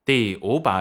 第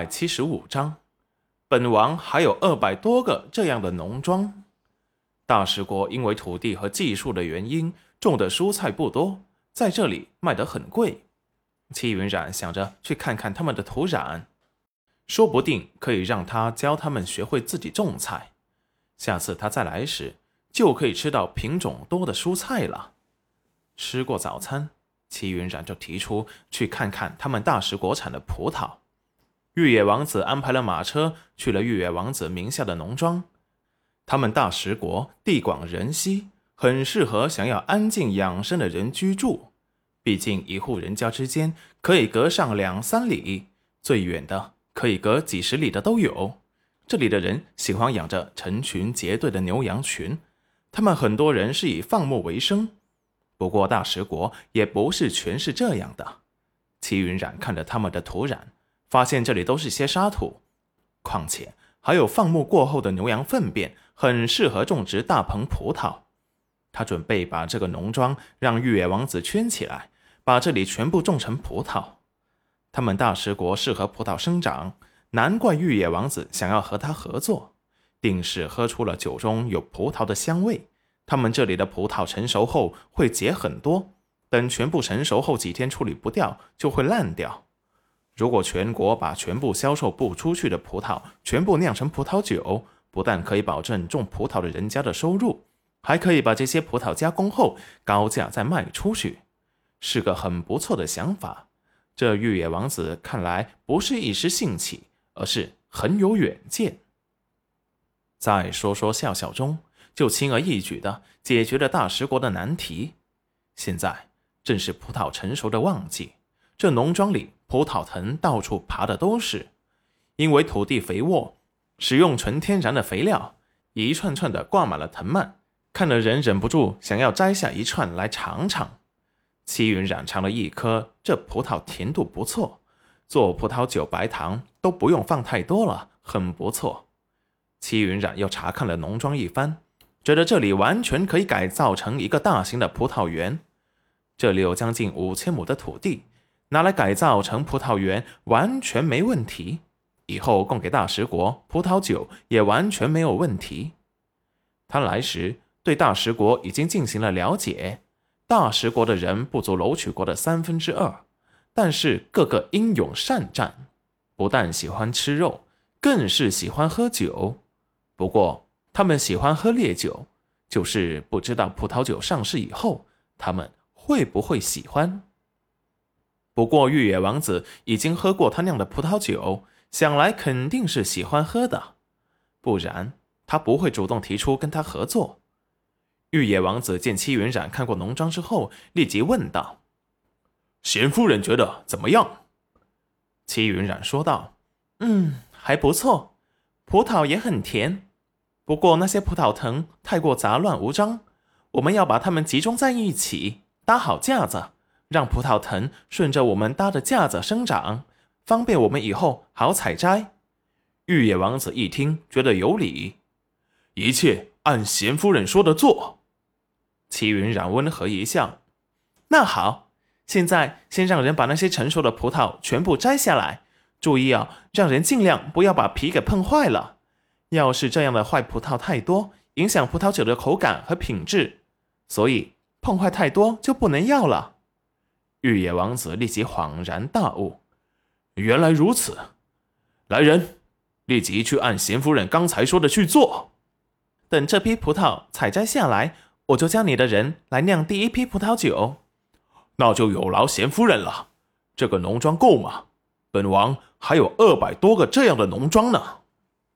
575章，本王还有200多个这样的农庄。大食国因为土地和技术的原因，种的蔬菜不多，在这里卖得很贵。戚云染想着去看看他们的土壤，说不定可以让他教他们学会自己种菜。下次他再来时，就可以吃到品种多的蔬菜了。吃过早餐，戚云染就提出去看看他们大食国产的葡萄。玉野王子安排了马车去了玉野王子名下的农庄。他们大食国地广人稀，很适合想要安静养生的人居住。毕竟一户人家之间可以隔上2-3里，最远的可以隔几十里的都有。这里的人喜欢养着成群结队的牛羊群，他们很多人是以放牧为生。不过大食国也不是全是这样的。戚云染看着他们的土壤，发现这里都是些沙土，况且还有放牧过后的牛羊粪便，很适合种植大棚葡萄。他准备把这个农庄让玉野王子圈起来，把这里全部种成葡萄。他们大食国适合葡萄生长，难怪玉野王子想要和他合作，定是喝出了酒中有葡萄的香味。他们这里的葡萄成熟后会结很多，等全部成熟后几天处理不掉就会烂掉。如果全国把全部销售不出去的葡萄全部酿成葡萄酒，不但可以保证种葡萄的人家的收入，还可以把这些葡萄加工后高价再卖出去，是个很不错的想法。这玉野王子看来不是一时兴起，而是很有远见。在说说笑笑中，就轻而易举地解决了大食国的难题。现在正是葡萄成熟的旺季，这农庄里葡萄藤到处爬的都是。因为土地肥沃，使用纯天然的肥料，一串串的挂满了藤蔓，看了人忍不住想要摘下一串来尝尝。戚云染尝了一颗，这葡萄甜度不错，做葡萄酒白糖都不用放太多了，很不错。戚云染又查看了农庄一番，觉得这里完全可以改造成一个大型的葡萄园。这里有将近5000亩的土地，拿来改造成葡萄园完全没问题，以后供给大食国葡萄酒也完全没有问题。他来时对大食国已经进行了了解，大食国的人不足楼曲国的2/3，但是个个英勇善战，不但喜欢吃肉，更是喜欢喝酒。不过他们喜欢喝烈酒，就是不知道葡萄酒上市以后他们会不会喜欢。不过玉野王子已经喝过他酿的葡萄酒，想来肯定是喜欢喝的，不然他不会主动提出跟他合作。玉野王子见戚云染看过农庄之后，立即问道：贤夫人觉得怎么样？戚云染说道：还不错，葡萄也很甜，不过那些葡萄藤太过杂乱无章，我们要把它们集中在一起，搭好架子，让葡萄藤顺着我们搭的架子生长，方便我们以后好采摘。玉野王子一听觉得有理，一切按贤夫人说的做。戚云染温和一笑，那好，现在先让人把那些成熟的葡萄全部摘下来，注意让人尽量不要把皮给碰坏了。要是这样的坏葡萄太多，影响葡萄酒的口感和品质，所以碰坏太多就不能要了。玉野王子立即恍然大悟，原来如此，来人，立即去按贤夫人刚才说的去做。等这批葡萄采摘下来，我就叫你的人来酿第一批葡萄酒。那就有劳贤夫人了，这个农庄够吗？本王还有200多个这样的农庄呢。